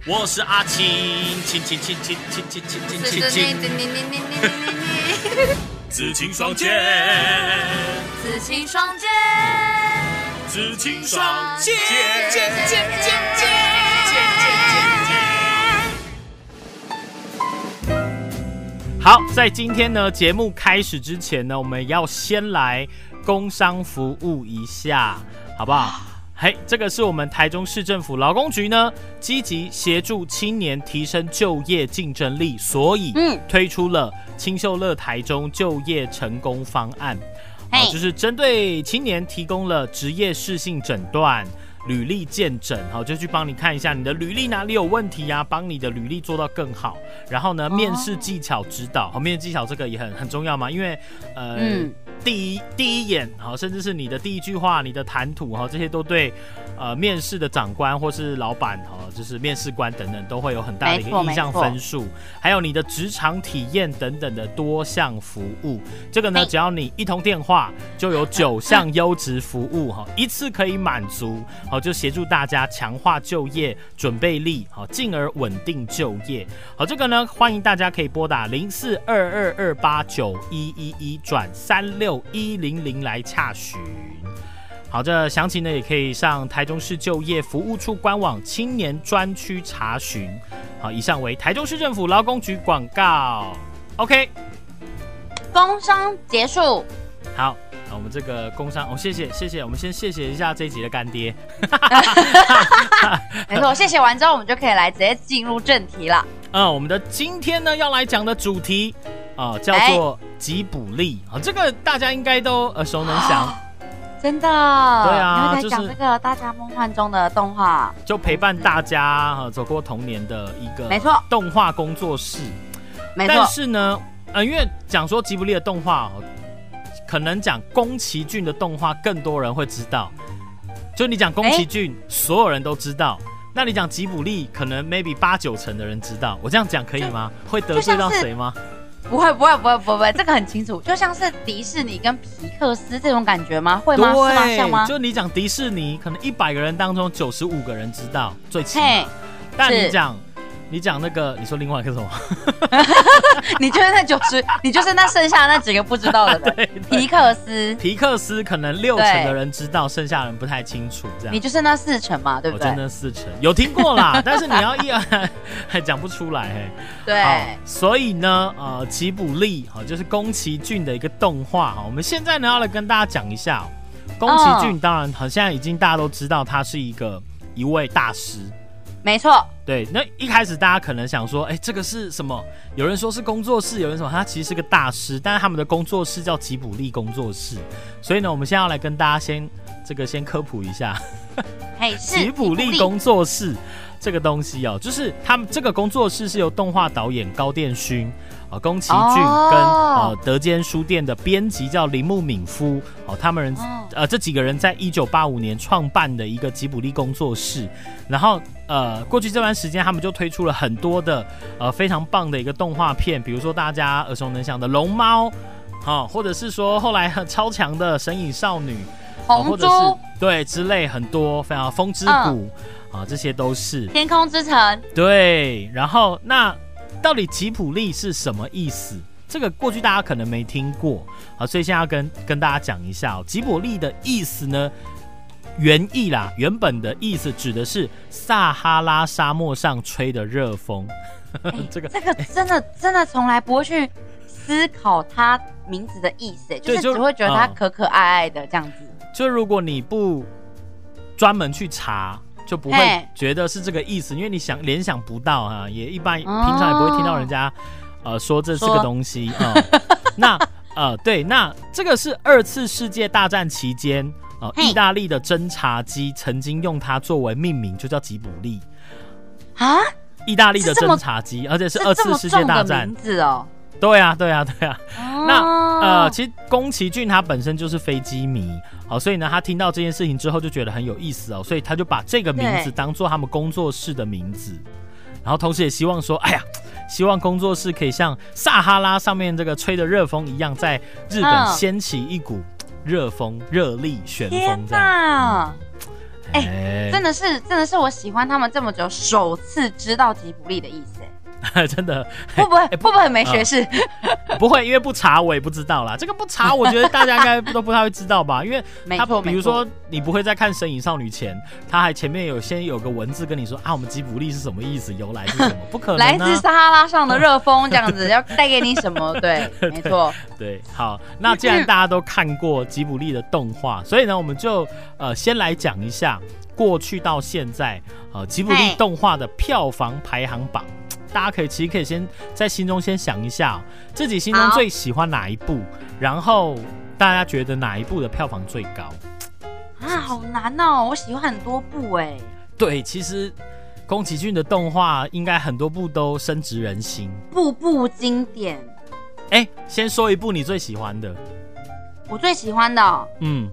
我是阿青，青，紫青双剑， 紫青双剑， 紫青双剑，好，在今天呢节目开始之前呢，我们要先来工商服务一下，好不好？嘿，这个是我们台中市政府劳工局呢，积极协助青年提升就业竞争力，所以推出了青秀乐台中就业成功方案，就是针对青年提供了职业适性诊断、履历健诊，就去帮你看一下你的履历哪里有问题啊，帮你的履历做到更好。然后呢，面试技巧指导，面试技巧这个也很重要嘛，因为第一眼，甚至是你的第一句话、你的谈吐，这些都对面试的长官或是老板，就是面试官等等，都会有很大的一个印象分数。还有你的职场体验等等的多项服务，这个呢，只要你一通电话就有9项优质服务，一次可以满足，就协助大家强化就业准备力，进而稳定就业。好，这个呢，欢迎大家可以拨打0422289111转36100来洽询。好，这详情呢也可以上台中市就业服务处官网青年专区查询。好，以上为台中市政府劳工局广告。OK， 工商结束。 好，我们这个工商，谢谢，我们先谢谢一下这一集的干爹。 没错，谢谢完之后，我们就可以来直接进入正题了。 我们的今天呢要来讲的主题叫做吉卜力。这个大家应该都耳熟能详。 真的，对啊， 因为在讲这个大家梦幻中的动画， 就陪伴大家走过童年的一个没错动画工作室。 没错， 但是呢，因为讲说吉卜力的动画，可能讲宫崎骏的动画更多人会知道。就你讲宫崎骏，所有人都知道。那你讲吉卜力，可能 maybe 8-9成的人知道。我这样讲可以吗？会得罪到谁吗？ 不会，这个很清楚，就像是迪士尼跟皮克斯这种感觉吗？会吗？ 对， 是吗？像吗？ 就你讲迪士尼，可能100个人当中95个人知道，最起码。但你讲那个，你说另外一个什么？ 你就是那90，你就是那剩下那几个不知道的人。对，皮克斯可能6成的人知道，剩下人不太清楚。这样，你就是那4成嘛，对不对？ 我真的4成有听过啦，但是你要还讲不出来。 对， 所以呢，吉卜力就是宫崎骏的一个动画。我们现在呢要来跟大家讲一下宫崎骏。当然，现在已经大家都知道他是一位大师。 没错， 对，那一开始大家可能想说，这个是什么？有人说是工作室，有人说他其实是个大师，但是他们的工作室叫吉卜力工作室。所以呢，我们现在要来跟大家先科普一下，吉卜力工作室这个东西就是他们这个工作室是由动画导演高畑勋、宫崎骏跟德间书店的编辑叫铃木敏夫，他们这几个人在1985年创办的一个吉卜力工作室。然后过去这段时间他们就推出了很多的非常棒的一个动画片，比如说大家耳熟能详的龙猫，或者是说后来超强的神隐少女， 红猪， 对之类很多非常风之谷，这些都是天空之城。对， 然后那到底吉卜力是什么意思？这个过去大家可能没听过，所以现在要跟大家讲一下吉卜力的意思呢。原本的意思指的是撒哈拉沙漠上吹的热风。这个真的从来不会去思考它名字的意思，就是只会觉得它可爱爱的这样子。 就如果你不专门去查，就不会觉得是这个意思，因为你联想不到也一般平常也不会听到人家说这是个东西。对，那这个是2次世界大战期间。意大利的侦察机曾经用它作为命名，就叫吉卜力啊！意大利的侦察机，而且是2次世界大战名字哦。 对啊。那其实宫崎骏他本身就是飞机迷，所以呢，他听到这件事情之后就觉得很有意思所以他就把这个名字当做他们工作室的名字，然后同时也希望说，希望工作室可以像撒哈拉上面这个吹的热风一样，在日本掀起一股热风、热力、旋风这样。 真的是我喜欢他们这么久首次知道吉卜力的意思。 真的会不会很没学识？ 不会，因为不查我也不知道啦。这个不查，我觉得大家应该都不太会知道吧？因为他比如说你不会在看《神隐少女》前，他还前面先有个文字跟你说啊，我们吉卜力是什么意思，由来是什么？不可能、啊， 来自撒哈拉上的热风这样子，要带给你什么？对，没错。 对，好，那既然大家都看过吉卜力的动画，所以呢，我们就先来讲一下过去到现在吉卜力动画的票房排行榜。大家其实可以先在心中先想一下、自己心中最喜欢哪一部，然后大家觉得哪一部的票房最高啊？好难哦，我喜欢很多部哎。 对，其实宫崎骏的动画应该很多部都深植人心， 部部经典。 先说一部你最喜欢的。 我最喜欢的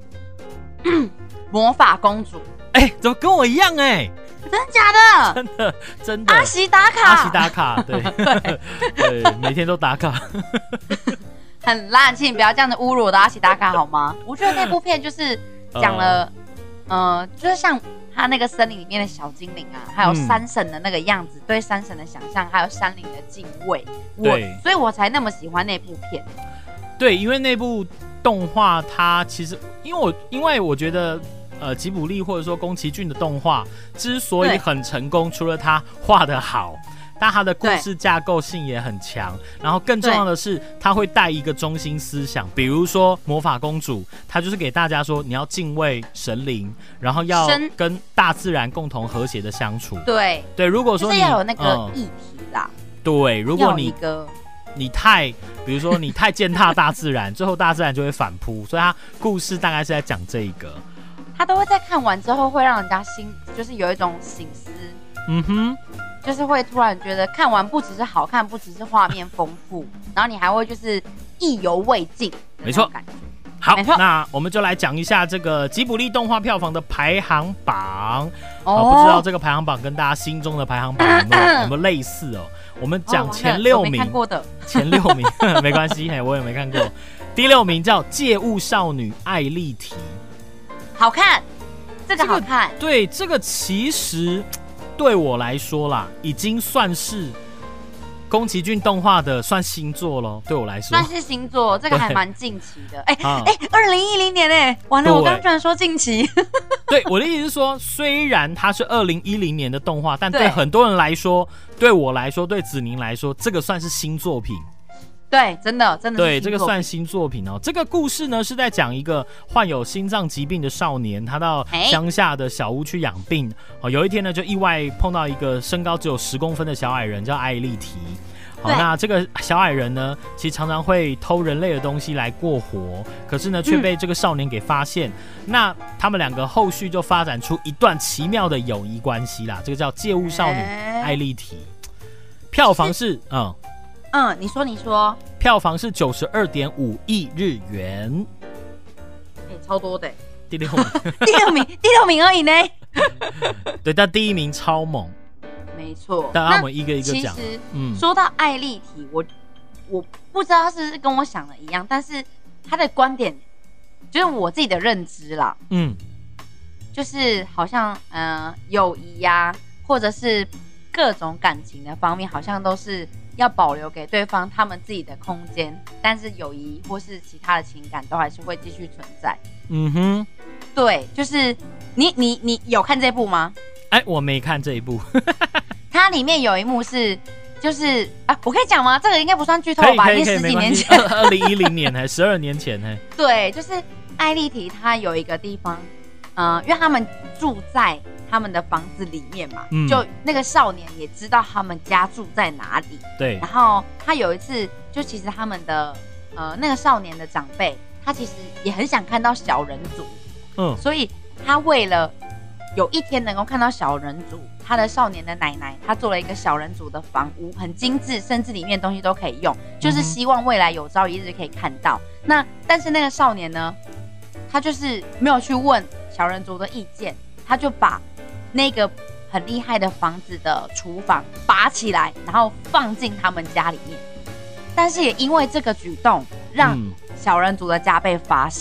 魔法公主。 怎么跟我一样真的假的？真的。 阿西达卡， 对对，每天都打卡。 很烂，请你不要这样子侮辱我的阿西达卡好吗？我觉得那部片就是讲了，就是像他那个森林里面的小精灵啊，还有山神的那个样子，对山神的想象，还有山林的敬畏，所以我才那么喜欢那部片。 对，因为那部动画它其实，因为我觉得。吉卜力或者说宫崎骏的动画之所以很成功，除了他画得好，但他的故事架构性也很强，然后更重要的是他会带一个中心思想，比如说魔法公主，他就是给大家说你要敬畏神灵，然后要跟大自然共同和谐的相处。对，如果说你要有那个议题啦。 对，如果你比如说你太践踏大自然，最后大自然就会反扑，所以他故事大概是在讲这一个。 他都会在看完之后会让人家就是有一种省思，就是会突然觉得看完不只是好看，不只是画面丰富，然后你还会就是意犹未尽， 没错。好，那我们就来讲一下这个吉卜力动画票房的排行榜。不知道这个排行榜跟大家心中的排行榜有没有类似哦？我们讲前6名， 没看过的前6名没关系，我也没看过。第6名叫《借物少女艾莉缇》。 好看，这个好看。 对，这个其实对我来说啦，已经算是宫崎骏动画的算新作咯。对我来说， 算是新作，这个还蛮近期的。2010年完了，我刚居然说近期。 对，我的意思是说，虽然它是2010年的动画，但对很多人来说，对我来说，对子宁来说，这个算是新作品。 对，真的对，这个算新作品哦。这个故事呢是在讲一个患有心脏疾病的少年，他到乡下的小屋去养病。有一天呢，就意外碰到一个身高只有10公分的小矮人，叫艾莉缇。那这个小矮人呢，其实常常会偷人类的东西来过活，可是呢，却被这个少年给发现。那他们两个后续就发展出一段奇妙的友谊关系啦。这个叫借物少女艾莉缇。票房是你说， 票房是92.5亿日元， 超多的。 第6名， 第六名而已呢。 对，但第1名超猛， 没错。 但我们一个一个讲。 其实，说到艾莉缇，我不知道他是不是跟我想的一样，但是他的观点就是我自己的认知啦。就是好像友谊呀，或者是各种感情的方面，好像都是要保留给对方他们自己的空间，但是友谊或是其他的情感都还是会继续存在。对，就是你有看这部吗？ 我没看这一部。 它里面有一幕是，就是我可以讲吗？这个应该不算剧透吧？因为10几年前 ，2010年还12年前对，就是艾莉缇她有一个地方，因为他们住在他们的房子里面嘛，就那个少年也知道他们家住在哪里。 对， 然后他有一次，就其实他们的那个少年的长辈，他其实也很想看到小人族，所以他为了有一天能够看到小人族，他的少年的奶奶，他做了一个小人族的房屋，很精致，甚至里面东西都可以用，就是希望未来有朝一日可以看到。那但是那个少年呢，他就是没有去问小人族的意见，他就把那个很厉害的房子的厨房拔起来，然后放进他们家里面。但是也因为这个举动，让小人族的家被发现，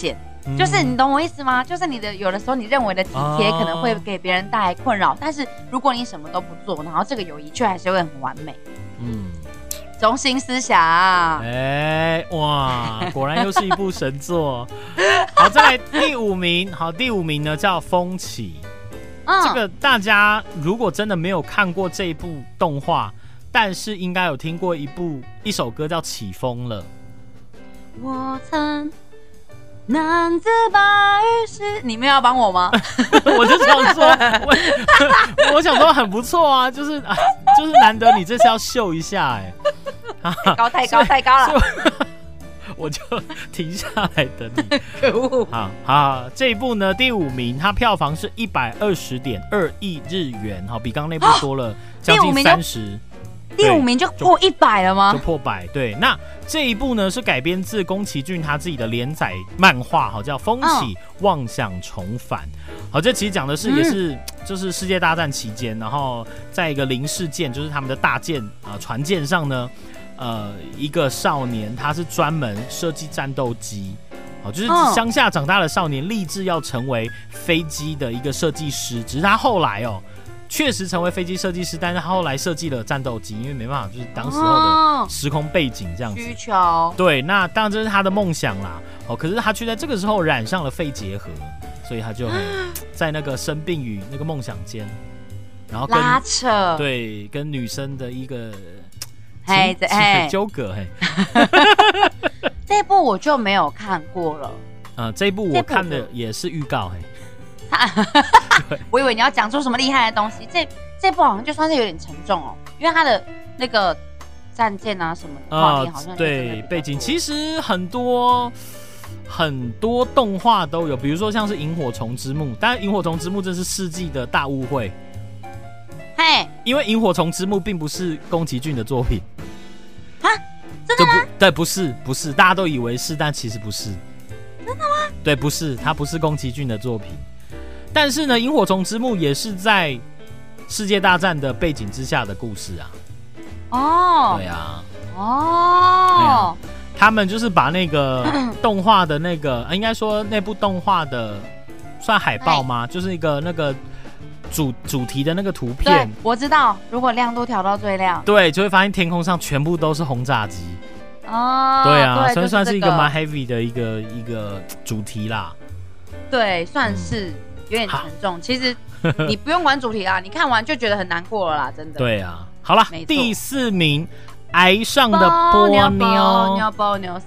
就是你懂我意思吗？就是你的有的时候你认为的体贴可能会给别人带来困扰，但是如果你什么都不做，然后这个友谊却还是会很完美。中心思想。 哇，果然又是一部神作。好，再来第5名。好，第5名呢叫《风起》。这个大家如果真的没有看过这一部动画，但是应该有听过一首歌叫《起风了》。 我曾男子百事，你们要帮我吗？ 我就想说，我想说很不错啊，就是难得你这次要秀一下太高了， 我就停下来等你。 可恶！ 好，这一部呢第5名，它票房是120.2亿日元，好，比刚刚那部多了将近30。 第5名就破100了吗？ 就破100，对。那这一部呢是改编自宫崎骏他自己的连载漫画，好，叫《风起妄想重返》。好，这其实讲的是也是就是世界大战期间，然后在一个零式舰，就是他们的大舰船舰上呢，一个少年他是专门设计战斗机。好，就是乡下长大的少年，立志要成为飞机的一个设计师，只是他后来确实成为飞机设计师，但是他后来设计了战斗机，因为没办法，就是当时候的时空背景这样子。 需求。 对，那当然这是他的梦想啦。可是他却在这个时候染上了肺结核，所以他就在那个生病与那个梦想间，然后拉扯。 对，跟女生的一个纠葛。 这部我就没有看过了。 这一部我看的也是预告。 我以为你要讲出什么厉害的东西，这部好像就算是有点沉重因为它的那个战舰啊什么的画面好像对背景其实很多动画都有，比如说像是《萤火虫之墓》，当然《萤火虫之墓》这是世纪的大误会，因为《萤火虫之墓》并不是宫崎骏的作品。 真的吗？ 对，不是，大家都以为是，但其实不是。 真的吗？ 对，不是，它不是宫崎骏的作品。但是呢，《萤火虫之墓》也是在世界大战的背景之下的故事啊。对啊。他们就是把那个动画的那个，应该说那部动画的算海报吗？就是一个那个主题的那个图片。 对，我知道，如果亮度调到最亮， 对，就会发现天空上全部都是轰炸机。对啊，所以算是一个蛮 heavy 的一个主题啦。对， 算是。有点沉重，其实你不用管主题啦，你看完就觉得很难过了啦，真的。 对啊，好啦，第4名，崖上的波妞，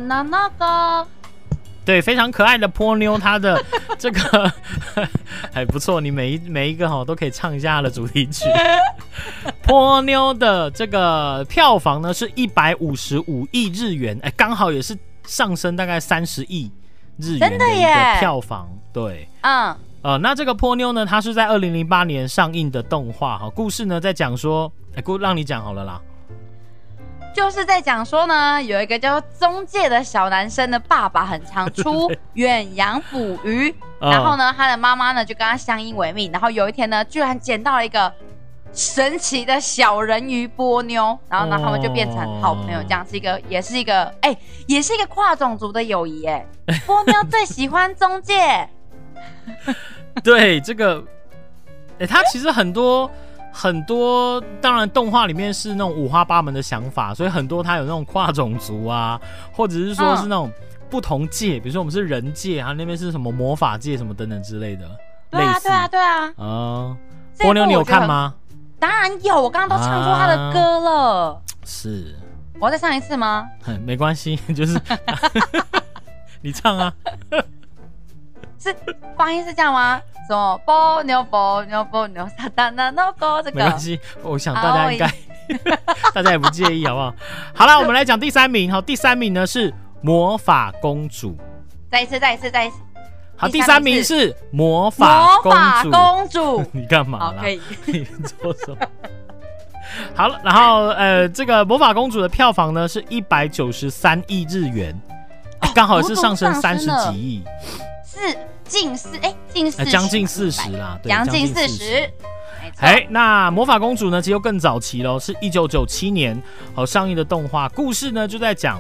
对，非常可爱的波妞，它的这个还不错，你每一个都可以唱一下它的主题曲。波妞的这个票房呢是155亿日元，刚好也是上升大概30亿日元的一个票房，对，那这个波妞呢，它是在2008年上映的动画，故事呢在讲说，让你讲好了啦， 就是在讲说呢，有一个叫宗介的小男生的爸爸很常出远洋捕鱼，然后呢，他的妈妈呢就跟他相依为命，然后有一天呢，居然捡到了一个神奇的小人鱼波妞，然后呢，他们就变成好朋友，这样也是一个跨种族的友谊波妞最喜欢宗介。 对，这个他其实很多，当然动画里面是那种五花八门的想法，所以很多他有那种跨种族啊，或者是说是那种不同界，比如说我们是人界，然后那边是什么魔法界什么等等之类的。 对啊。 波妞你有看吗？ 当然有，我刚刚都唱出他的歌了。 是。 我要再唱一次吗？ 没关系，就是你唱啊。 是发音是这样吗？什么波妞撒旦那 no go 这个没关系，我想大家应该大家也不介意，好不好？好了，我们来讲第3名。好，第3名呢是魔法公主。 再一次。 好，第3名是魔法公主。你干嘛啦？ 可以。 你做什么？好了，然后这个魔法公主的票房呢是193亿日元，刚好也是上升30几亿。 是近40， 将近40啦，对， 将近40。 那魔法公主呢，其实又更早期咯，是1997年上映的动画。故事呢就在讲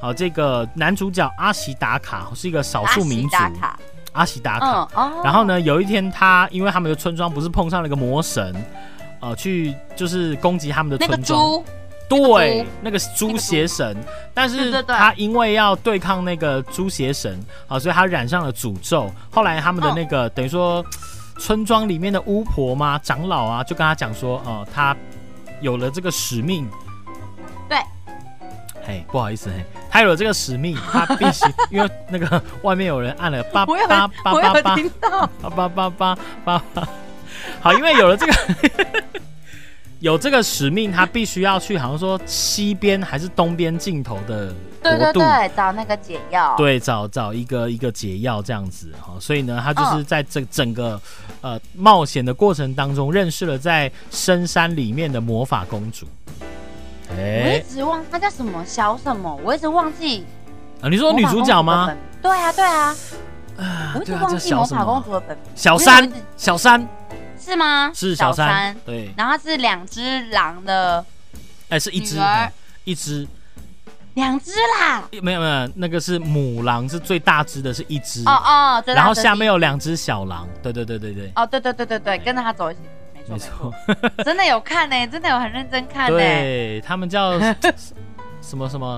好，这个男主角阿喜达卡是一个少数民族。阿喜达卡，然后呢，有一天因为他们的村庄不是碰上了一个魔神，去就是攻击他们的村庄。对，那个猪邪神，但是他因为要对抗那个猪邪神，所以他染上了诅咒。后来他们的那个等于说村庄里面的巫婆嘛、长老啊，就跟他讲说，他有了这个使命。 对。 嘿，不好意思，嘿，他有了这个使命，他必须因为那个外面有人按了88888， 我有听到 8888888，好，因为有了这个有这个使命，他必须要去，好像说西边还是东边尽头的国度， 对，找那个解药， 对，找一个解药这样子，所以呢，他就是在这整个冒险的过程当中，认识了在深山里面的魔法公主。 我一直忘她叫什么小什么，我一直忘记。 你说女主角吗？ 对啊，我一直忘记魔法公主的本名。 小山是吗？ 是小山，对。 然后她是2只狼的， 是一只，一只 ，2只啦。 没有，那个是母狼，是最大只的，是一只。 然后下面有2只小狼，对。对， 跟着她走一起。没错，真的有看呢，真的有很认真看呢。 对，他们叫什么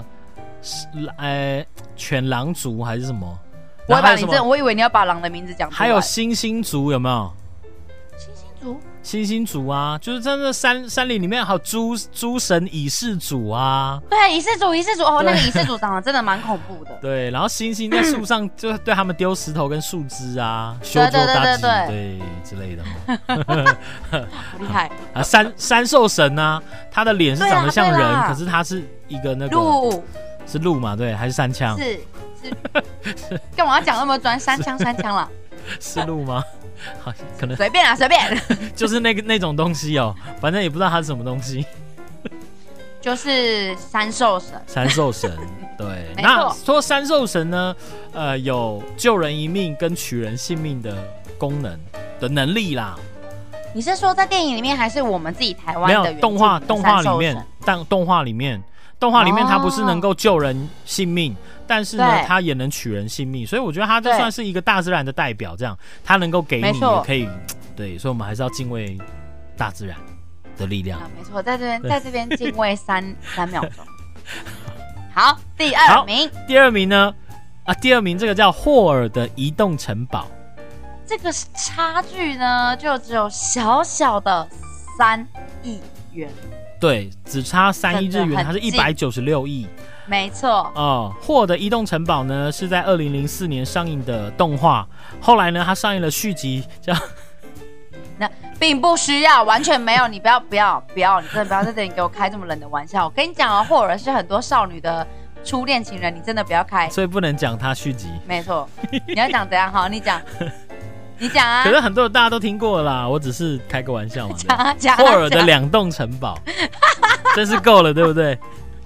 犬狼族还是什么？ 我以为你要把狼的名字讲出来。 还有星星族有没有？星星族啊，就是在那山林里面还有诸神以示主啊。 对，以示主那个以示主长得真的蛮恐怖的。 对，然后星星在树上就对他们丢石头跟树枝啊，修周大吉对之类的。 好厉害啊！山兽神啊，他的脸是长得像人，可是他是一个那个鹿， 是鹿嘛？对，还是山枪？ 是，干嘛要讲那么专？山枪啦。 是鹿吗？好，可能随便， 就是那种东西哦，反正也不知道它是什么东西， 就是山兽神， 对。那说山兽神呢，有救人一命跟取人性命的功能的能力啦。 你是说在电影里面，还是我们自己台湾的没有动画里面？动画里面它不是能够救人性命。但是呢，他也能取人性命，所以我觉得他这算是一个大自然的代表，这样他能够给你，也可以对，所以我们还是要敬畏大自然的力量。 没错，在这边敬畏3秒钟。好，第二名呢？第二名这个叫霍尔的移动城堡， 这个差距呢就只有小小的3亿元， 对，只差3亿日元，它是196亿。 没错霍尔的移动城堡呢是在2004年上映的动画，后来呢它上映了续集叫那并不需要，完全没有，你不要，你真的不要在这里给我开这么冷的玩笑。我跟你讲霍尔是很多少女的初恋情人，你真的不要开， 所以不能讲它续集。 没错，你要讲怎样？好，你讲啊。 可是很多人大家都听过了啦，我只是开个玩笑嘛。 讲霍尔的2栋城堡，真是够了，对不对？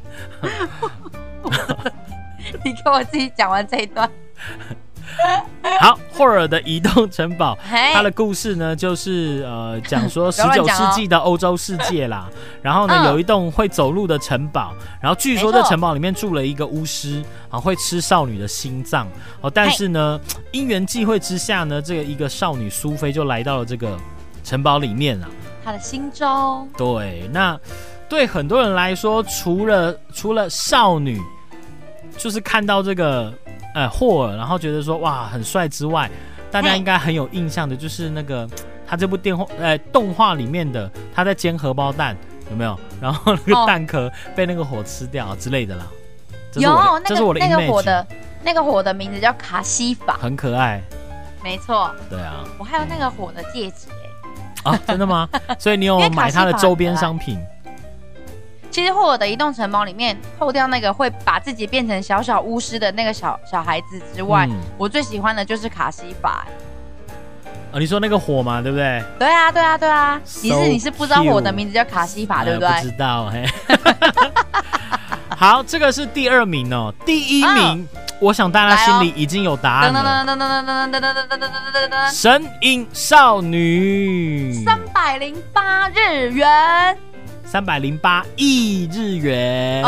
你给我自己讲完这一段。 好，霍尔的移动城堡，它的故事呢，就是讲说19世纪的欧洲世界啦。然后呢，有一栋会走路的城堡，然后据说这城堡里面住了一个巫师，会吃少女的心脏。但是呢，因缘际会之下呢，这个一个少女苏菲就来到了这个城堡里面啦。 她的心中。对， 那对很多人来说，除了少女，就是看到这个霍尔，然后觉得说哇很帅之外，大家应该很有印象的就是那个他这部动画里面的他在煎荷包蛋，有没有？然后那个蛋壳被那个火吃掉之类的啦。这是我的 image。 那个火的名字叫卡西法， 很可爱。 没错。 对啊。 我还有那个火的戒指真的吗？所以你有买它的周边商品？ 其实霍尔的移动城堡里面，扣掉那个会把自己变成小小巫师的那个小孩子之外，我最喜欢的就是卡西法。 你说那个火嘛，对不对？ 对啊。你是不知道火的名字叫卡西法，对不对？ 不知道嘿。好，这个是第2名哦。第1名，我想大家心里已经有答案了。神隐少女 308日元。 308亿日元。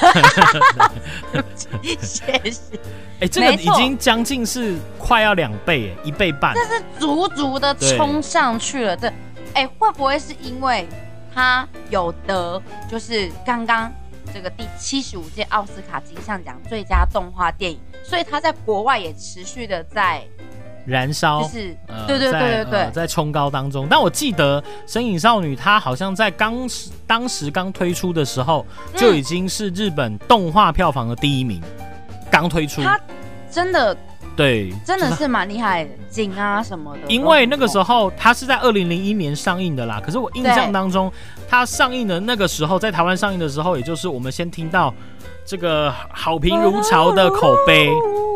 谢谢。 这个已经将近是快要2倍，1倍半。 这是足足的冲上去了。会不会是因为他有得，就是刚刚这个第75届奥斯卡金像奖最佳动画电影，所以他在国外也持续的在燃烧， 就是对， 在冲高当中。但我记得《神隐少女》它好像在当时刚推出的时候，就已经是日本动画票房的第1名，刚推出。它真的对， 真的是蛮厉害的，景啊什么的。 因为那个时候它是在2001年上映的啦，可是我印象当中，它上映的那个时候，在台湾上映的时候，也就是我们先听到这个好评如潮的口碑。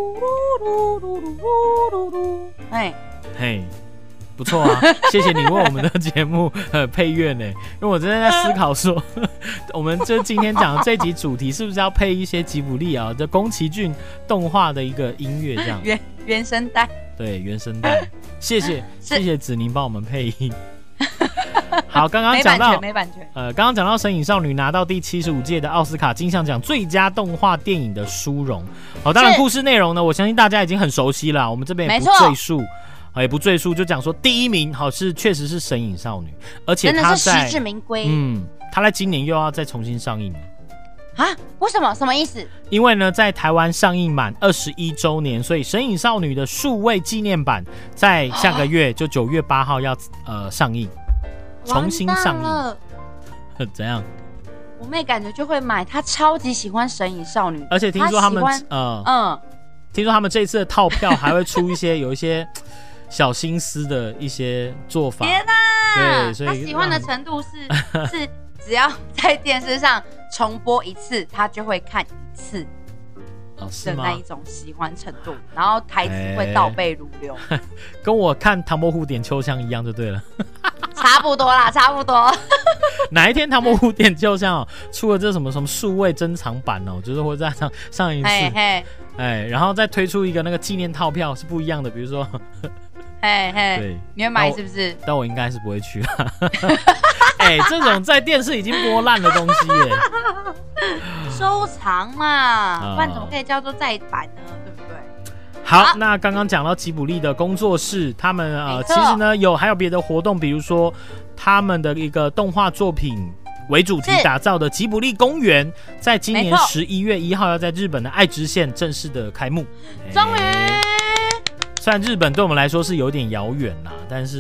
嘿，不错啊，谢谢你为我们的节目配乐呢。因为我真的在思考说，我们这今天讲的这集主题是不是要配一些吉卜力啊的宫崎骏动画的一个音乐这样？ 原声带。对， 原声带。谢谢子宁帮我们配音。好，刚刚讲到没版权。 刚刚讲到《神隐少女》拿到第75届的奥斯卡金像奖最佳动画电影的殊荣。好，当然故事内容呢，我相信大家已经很熟悉了，我们这边也不赘述。也不赘述，就讲说第1名确实是《神隐少女》，而且他真的是实至名归。 他在今年又要再重新上映了。 啊？为什么？什么意思？ 因为呢，在台湾上映满21周年，所以《神隐少女》的数位纪念版在下个月就9月8号要上映，重新上映。怎样？ 我妹感觉就会买，她超级喜欢《神隐少女》， 而且听说他们听说他们这一次的套票还会出有一些小心思的一些做法。 天哪！ 对，所以他喜欢的程度是只要在电视上重播一次，他就会看1次的那一种喜欢程度，然后台词会倒背如流， 跟我看《唐伯虎点秋香》一样就对了。 差不多啦，差不多。 哪一天《唐伯虎点秋香》出了这什么数位珍藏版就是会再上一次，然后再推出一个那个纪念套票是不一样的，比如说。对， 你会买是不是？ 但我应该是不会去啦。这种在电视已经播烂的东西耶， 收藏嘛，不然怎么可以叫做再版呢？对不对？ 好，那刚刚讲到吉卜力的工作室，他们其实呢还有别的活动，比如说他们的一个动画作品为主题打造的吉卜力公园，在今年11月1号要在日本的爱知县正式的开幕。 终于。 虽然日本对我们来说是有点遥远啦，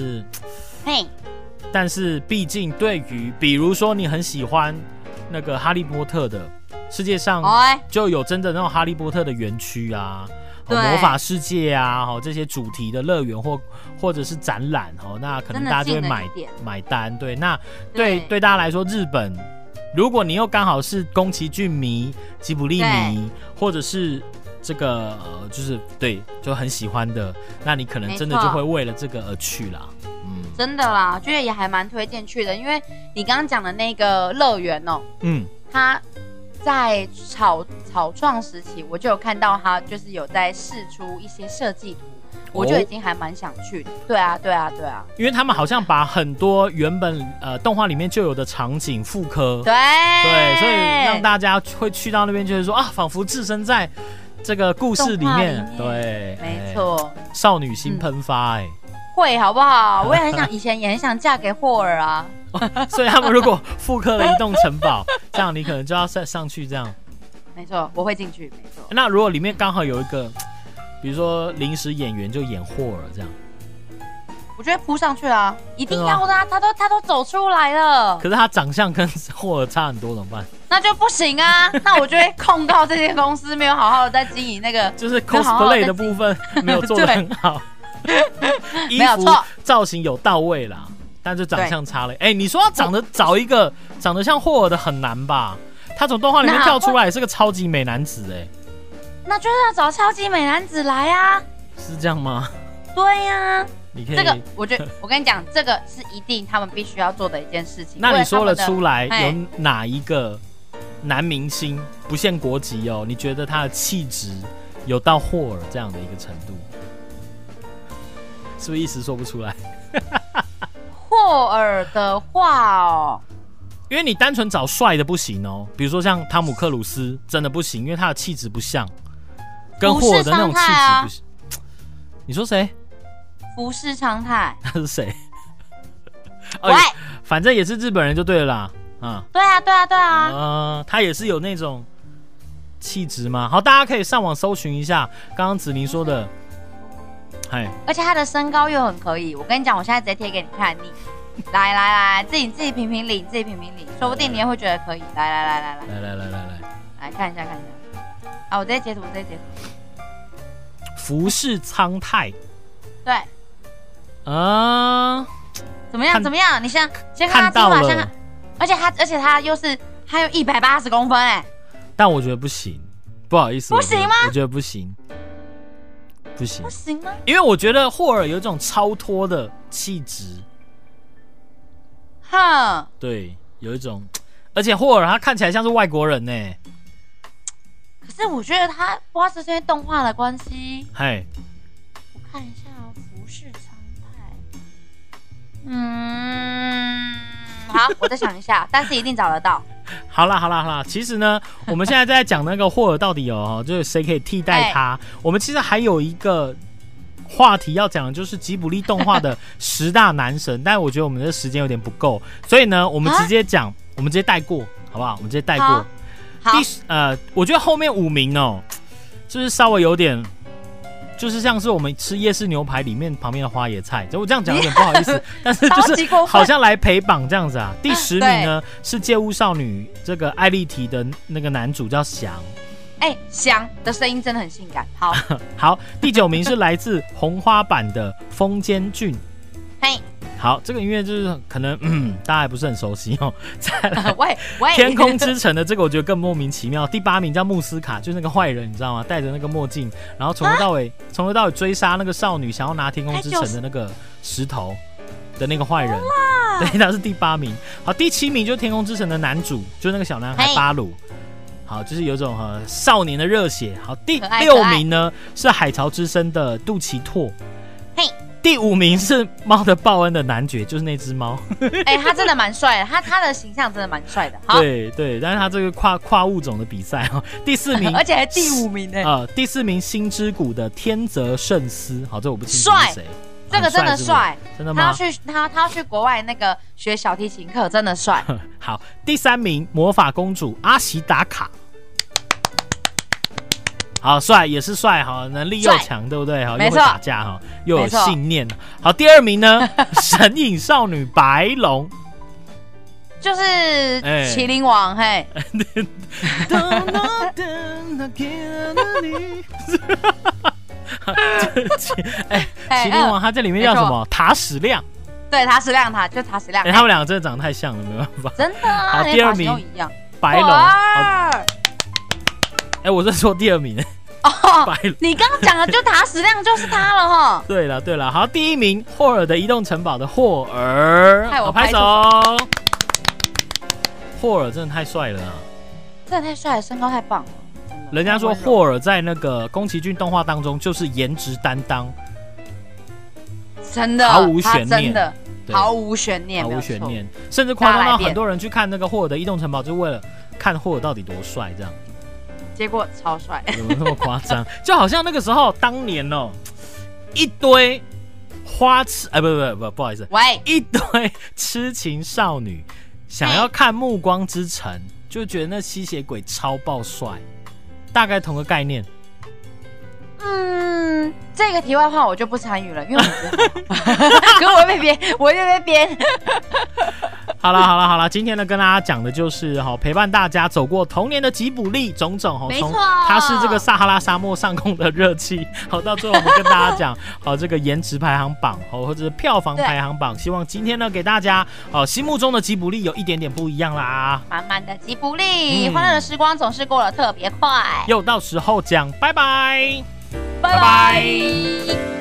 但是毕竟对于比如说你很喜欢那个哈利波特的，世界上就有真的那种哈利波特的园区啊，魔法世界啊，这些主题的乐园或者是展览，那可能大家就会买单。对，那对大家来说，日本如果你又刚好是宫崎骏迷、吉卜力迷，或者是这个就是就很喜欢的，那你可能真的就会为了这个而去啦。 真的啦，我觉得也还蛮推荐去的，因为你刚刚讲的那个乐园它在草创时期，我就有看到它就是有在释出一些设计图，我就已经还蛮想去的。对啊，因为他们好像把很多原本动画里面就有的场景复刻， 对， 所以让大家会去到那边，就是说仿佛置身在这个故事里面。对， 没错， 少女心喷发会好不好？我也很想，以前也很想嫁给霍尔啊。 所以他们如果复刻了一栋城堡，这样你可能就要上去这样。 没错，我会进去，没错。 那如果里面刚好有一个，比如说临时演员就演霍尔这样， 我觉得扑上去啊，一定要的啊！他都走出来了。 可是他长相跟霍尔差很多，怎么办？ 那就不行啊！那我就会控告这些公司没有好好的在经营那个， 就是 cosplay 的部分没有做得很好。衣服造型有到位啦，但是长相差了。你说要找一个长得像霍尔的很难吧？他从动画里面跳出来也是个超级美男子那就是要找超级美男子来啊！ 是这样吗？ 对呀， 你可以这个，我跟你讲，这个是一定他们必须要做的一件事情。 那你说了出来，有哪一个男明星不限国籍你觉得他的气质有到霍尔这样的一个程度？是不是一时说不出来？ 霍尔的话因为你单纯找帅的不行哦，比如说像汤姆克鲁斯真的不行，因为他的气质不像，跟霍尔的那种气质不行。你说谁？ 福士昌太。 他是谁？ 喂， 反正也是日本人就对了啦。 对啊。 他也是有那种气质嘛。好，大家可以上网搜寻一下刚刚子宁说的。 而且他的身高又很可以，我跟你讲，我现在直接贴给你看，你来，自己评评理，说不定你也会觉得可以。来看一下。我直接截图。 福士昌太， 对，怎么样？你先看他到了， 而且他又180公分哎， 但我觉得不行，不好意思， 不行吗？ 我觉得不行。 不行吗？ 因为我觉得霍尔有一种超脱的气质，对，有一种，而且霍尔他看起来像是外国人呢。 可是我觉得他不知道是因为动画的关系，我看一下福士昌太，好，我再想一下，但是一定找得到。 好啦，其实呢，我们现在在讲那个霍尔到底就是谁可以替代他。我们其实还有一个话题要讲的，就是吉卜力动画的10大男神，但我觉得我们的时间有点不够，所以呢，我们直接讲，我们直接带过，好不好？我们直接带过。 好， 我觉得后面5名就是稍微有点。就是像是我们吃夜市牛排里面旁边的花椰菜，我这样讲有点不好意思，但是就是好像来陪榜这样子啊。第10名呢是街舞少女这个艾丽缇的那个男主叫翔， 翔的声音真的很性感。 好，第9名是来自红花版的风间俊，好，这个音乐就是可能大家还不是很熟悉哦。再来，天空之城的这个我觉得更莫名其妙。第8名叫穆斯卡，就是那个坏人，你知道吗？戴着那个墨镜，然后从头到尾追杀那个少女，想要拿天空之城的那个石头的那个坏人。对，他是第8名。好，第7名就是天空之城的男主，就是那个小男孩巴鲁。好，就是有种少年的热血。好，第6名呢是海潮之声的杜奇拓。第5名是猫的报恩的男爵，就是那只猫。 他真的蛮帅的，他的形象真的蛮帅的。 对，但是他这个跨物种的比赛第4名， 而且还第5名呢。 第4名星之谷的天泽圣司，好，这我不清楚是谁。 这个真的帅， 真的吗？ 他要去国外那个学小提琴课，真的帅。 好，第3名魔法公主阿西达卡。好帅，也是帅，好，能力又强，对不对？好，又会打架，又有信念。好，第2名呢，神隐少女白龙， 就是麒麟王，麒麟王他在里面叫什么？塔矢亮。 对，塔矢亮，就塔矢亮。 他们两个真的长得太像了，没办法。 真的啊， 好，第2名白龙。我是说第2名你刚刚讲的就塔矢亮就是他了哈。 对了，好，第1名霍尔的移动城堡的霍尔，好，拍手。霍尔真的太帅了， 真的太帅了，身高太棒了。 人家说霍尔在那个宫崎骏动画当中就是颜值担当， 真的毫无悬念， 真的毫无悬念， 甚至夸张到很多人去看那个霍尔的移动城堡，就为了看霍尔到底多帅这样。 结果超帅， 有没有那么夸张？就好像那个时候，当年一堆花痴，不好意思，一堆痴情少女想要看《暮光之城》，就觉得那吸血鬼超爆帅，大概同个概念。 这个题外话我就不参与了，因为我觉得，可我会被编。 好了，今天呢跟大家讲的就是陪伴大家走过童年的吉卜力种种从他是这个撒哈拉沙漠上空的热气，到最后我们跟大家讲这个颜值排行榜或者是票房排行榜，希望今天呢给大家心目中的吉卜力有一点点不一样啦。 满满的吉卜力，欢乐的时光总是过得特别快， 又到时候讲拜拜。 拜拜。